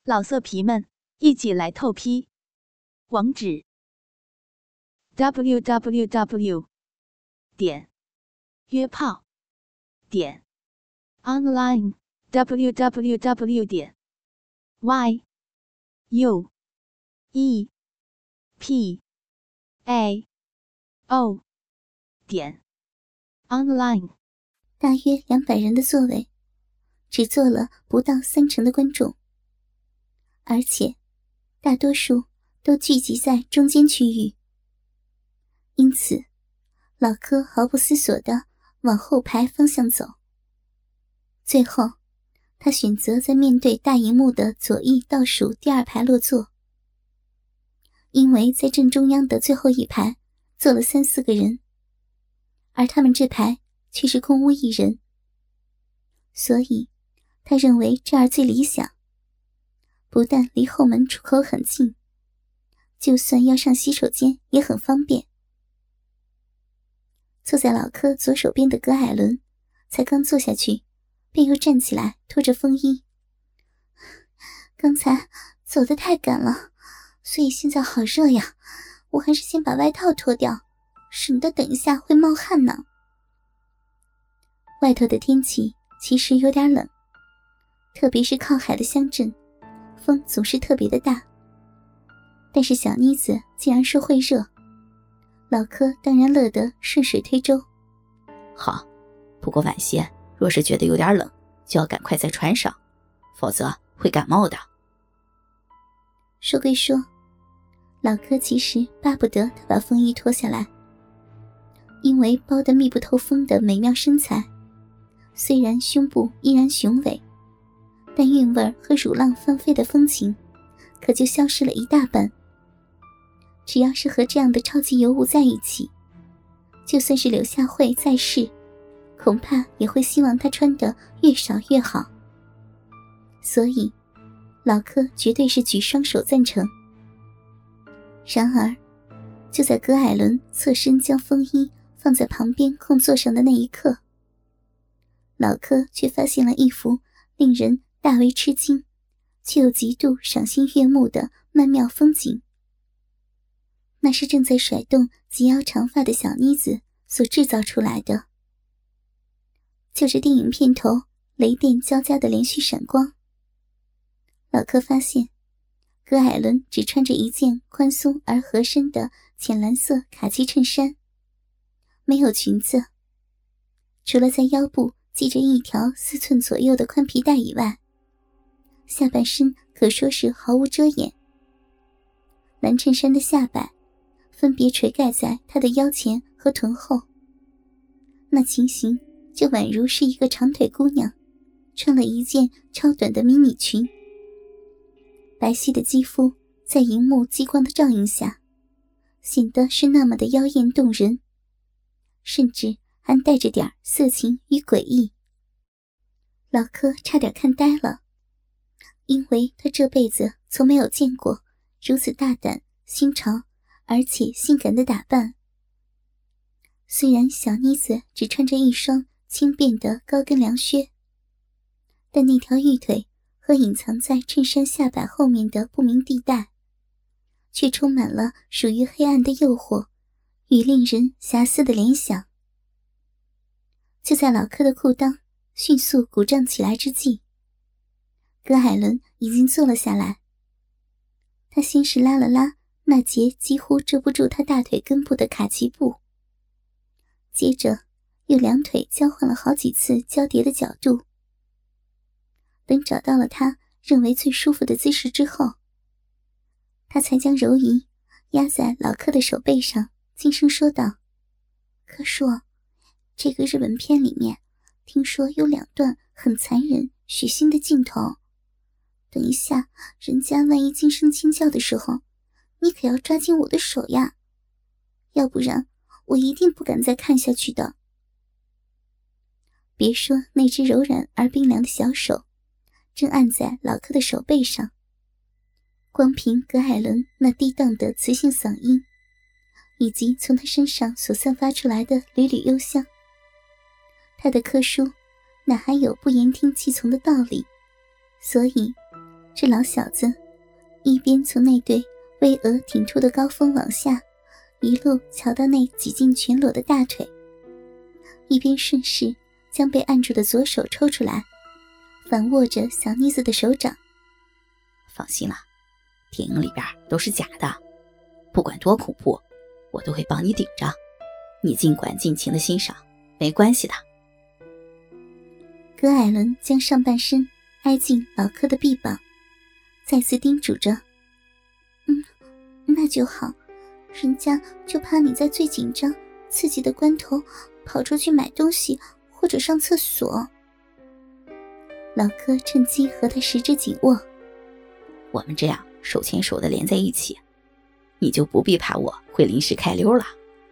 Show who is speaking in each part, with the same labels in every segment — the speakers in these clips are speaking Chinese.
Speaker 1: 老色皮们，一起来透批！网址 www.约炮online www.yuepao.online。
Speaker 2: 大约200人的座位，只坐了不到30%的观众，而且大多数都聚集在中间区域。因此老柯毫不思索地往后排方向走。最后他选择在面对大荧幕的左翼倒数第2排落座，因为在正中央的最后一排坐了3-4个人，而他们这排却是空无一人，所以他认为这儿最理想，不但离后门出口很近，就算要上洗手间也很方便。坐在老柯左手边的葛海伦才刚坐下去，便又站起来拖着风衣。刚才走得太赶了，所以现在好热呀，我还是先把外套脱掉，省得等一下会冒汗呢。外头的天气其实有点冷，特别是靠海的乡镇，风总是特别的大。但是小妮子既然说会热，老柯当然乐得顺水推舟。
Speaker 3: 好，不过晚些若是觉得有点冷，就要赶快再穿上，否则会感冒的。
Speaker 2: 说归说，老柯其实巴不得他把风衣脱下来，因为包得密不透风的美妙身材，虽然胸部依然雄伟，但韵味和乳浪放飞的风情可就消失了一大半。只要是和这样的超级尤物在一起，就算是柳下惠在世，恐怕也会希望他穿得越少越好。所以老柯绝对是举双手赞成。然而就在葛海伦侧身将风衣放在旁边空座上的那一刻，老柯却发现了一幅令人大为吃惊却又极度赏心悦目的曼妙风景。那是正在甩动及腰长发的小妮子所制造出来的。就着电影片头雷电交加的连续闪光，老柯发现葛海伦只穿着一件宽松而合身的浅蓝色卡其衬衫，没有裙子，除了在腰部系着一条4寸左右的宽皮带以外，下半身可说是毫无遮掩。蓝衬衫的下摆分别垂盖在她的腰前和臀后，那情形就宛如是一个长腿姑娘穿了一件超短的迷你裙。白皙的肌肤在荧幕激光的照映下显得是那么的妖艳动人，甚至还带着点色情与诡异。老柯差点看呆了，因为他这辈子从没有见过如此大胆、新潮而且性感的打扮。虽然小妮子只穿着一双轻便的高跟凉靴，但那条玉腿和隐藏在衬衫下摆后面的不明地带，却充满了属于黑暗的诱惑与令人遐思的联想。就在老柯的裤裆迅速鼓胀起来之际，葛海伦已经坐了下来。他先是拉了拉那截几乎遮不住他大腿根部的卡其布，接着又2腿交换了好几次交叠的角度。等找到了他认为最舒服的姿势之后，他才将柔仪压在老柯的手背上，轻声说道：柯叔，这个日本片里面听说有2段很残忍血腥的镜头，等一下人家万一惊声尖叫的时候，你可要抓紧我的手呀，要不然我一定不敢再看下去的。别说那只柔软而冰凉的小手正按在老柯的手背上，光凭葛海伦那低荡的磁性嗓音，以及从他身上所散发出来的缕缕幽香，他的柯叔哪还有不言听计从的道理？所以这老小子一边从那对巍峨挺凸的高峰往下一路瞧到那几近全裸的大腿，一边顺势将被按住的左手抽出来，反握着小妮子的手掌。
Speaker 3: 放心啦，电影里边都是假的，不管多恐怖，我都会帮你顶着，你尽管尽情的欣赏，没关系的。
Speaker 2: 葛艾伦将上半身挨近老柯的臂膀，再次叮嘱着：那就好，人家就怕你在最紧张刺激的关头跑出去买东西或者上厕所。老柯趁机和他十指紧握，
Speaker 3: 我们这样手牵手的连在一起，你就不必怕我会临时开溜了。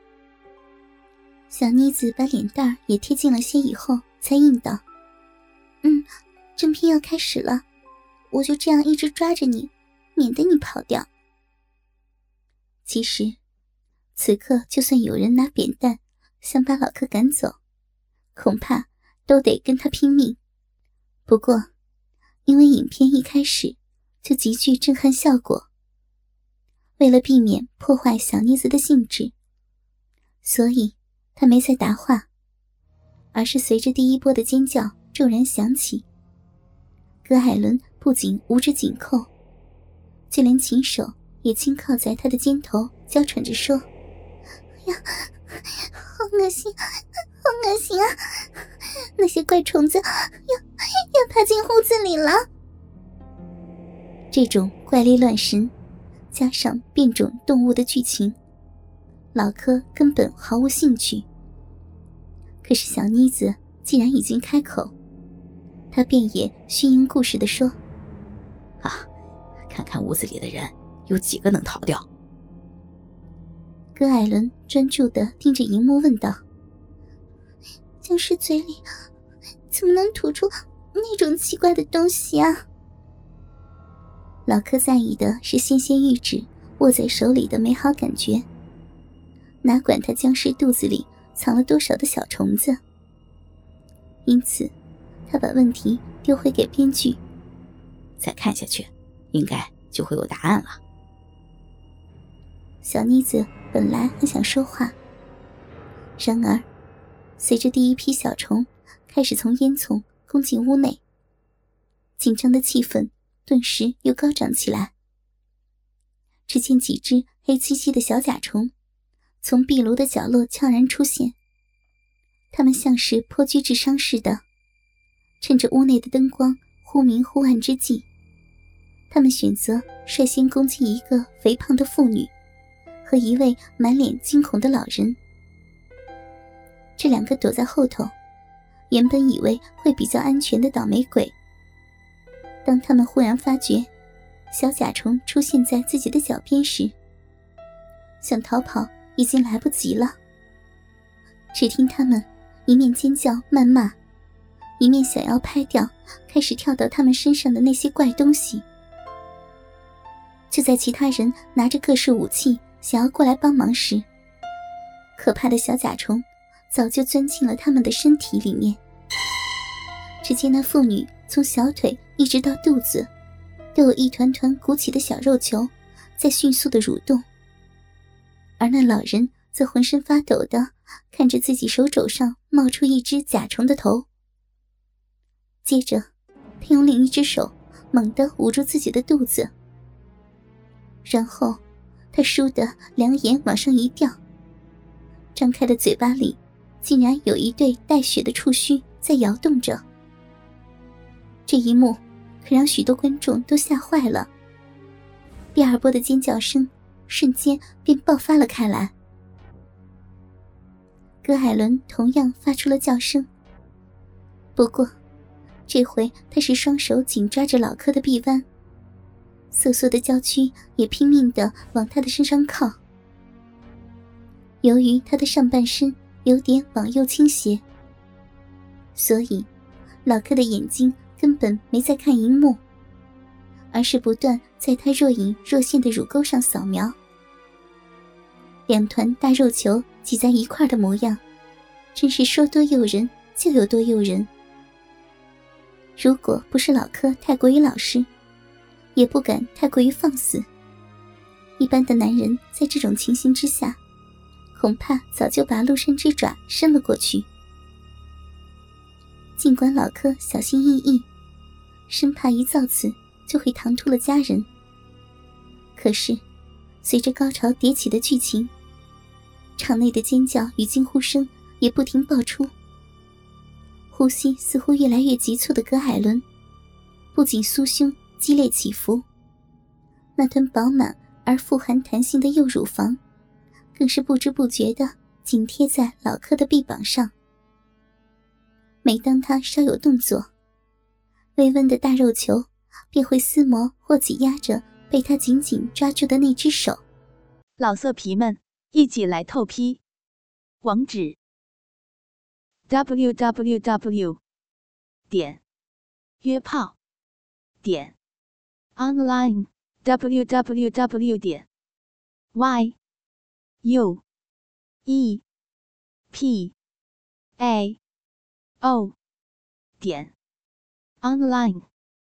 Speaker 2: 小妮子把脸蛋也贴近了些以后才应道：正片要开始了，我就这样一直抓着你，免得你跑掉。其实此刻就算有人拿扁担想把老柯赶走，恐怕都得跟他拼命。不过因为影片一开始就极具震撼效果，为了避免破坏小妮子的兴致，所以他没再答话，而是随着第一波的尖叫骤然响起。葛海伦不仅五指紧扣，就连琴手也轻靠在他的肩头，娇喘着说：哎呀，好恶心，好恶心啊，那些怪虫子要爬进屋子里了。这种怪力乱神加上变种动物的剧情，老柯根本毫无兴趣。可是小妮子既然已经开口，他便也虚应故事地说：
Speaker 3: 看看屋子里的人有几个能逃掉。
Speaker 2: 葛艾伦专注地盯着荧幕问道：僵尸嘴里怎么能吐出那种奇怪的东西啊？老柯在意的是纤纤玉指握在手里的美好感觉，哪管他僵尸肚子里藏了多少的小虫子。因此他把问题丢回给编剧：
Speaker 3: 再看下去应该就会有答案了。
Speaker 2: 小妮子本来很想说话，然而随着第一批小虫开始从烟囱攻进屋内，紧张的气氛顿时又高涨起来。只见几只黑漆漆的小甲虫从壁炉的角落悄然出现，它们像是颇具智商似的，趁着屋内的灯光忽明忽暗之际，他们选择率先攻击一个肥胖的妇女和一位满脸惊恐的老人。这两个躲在后头，原本以为会比较安全的倒霉鬼，当他们忽然发觉小甲虫出现在自己的脚边时，想逃跑已经来不及了。只听他们一面尖叫谩骂，一面想要拍掉开始跳到他们身上的那些怪东西。就在其他人拿着各式武器想要过来帮忙时，可怕的小甲虫早就钻进了他们的身体里面。只见那妇女从小腿一直到肚子都有一团团鼓起的小肉球在迅速地蠕动，而那老人则浑身发抖地看着自己手肘上冒出一只甲虫的头。接着他用另一只手猛地捂住自己的肚子，然后他倏地两眼往上一吊，张开的嘴巴里竟然有一对带血的触须在摇动着。这一幕可让许多观众都吓坏了，第二波的尖叫声瞬间便爆发了开来。葛海伦同样发出了叫声，不过这回他是双手紧抓着老柯的臂弯，瑟缩的娇躯也拼命地往他的身上靠。由于他的上半身有点往右倾斜，所以老柯的眼睛根本没在看荧幕，而是不断在他若隐若现的乳沟上扫描。两团大肉球挤在一块的模样，真是说多诱人就有多诱人。如果不是老柯太过于老实， 也不敢太过于放肆。一般的男人在这种情形之下，恐怕早就把陆山之爪伸了过去。尽管老柯小心翼翼，生怕一造次就会唐突了家人，可是随着高潮迭起的剧情，场内的尖叫与惊呼声也不停爆出。呼吸似乎越来越急促的葛海伦，不仅酥胸激烈起伏，那团饱满而富含弹性的右乳房更是不知不觉地紧贴在老柯的臂膀上。每当他稍有动作，微温的大肉球便会撕磨或挤压着被他紧紧抓住的那只手。
Speaker 1: 老色皮们，一起来透批！网址 www.约炮.online www.yuepao.online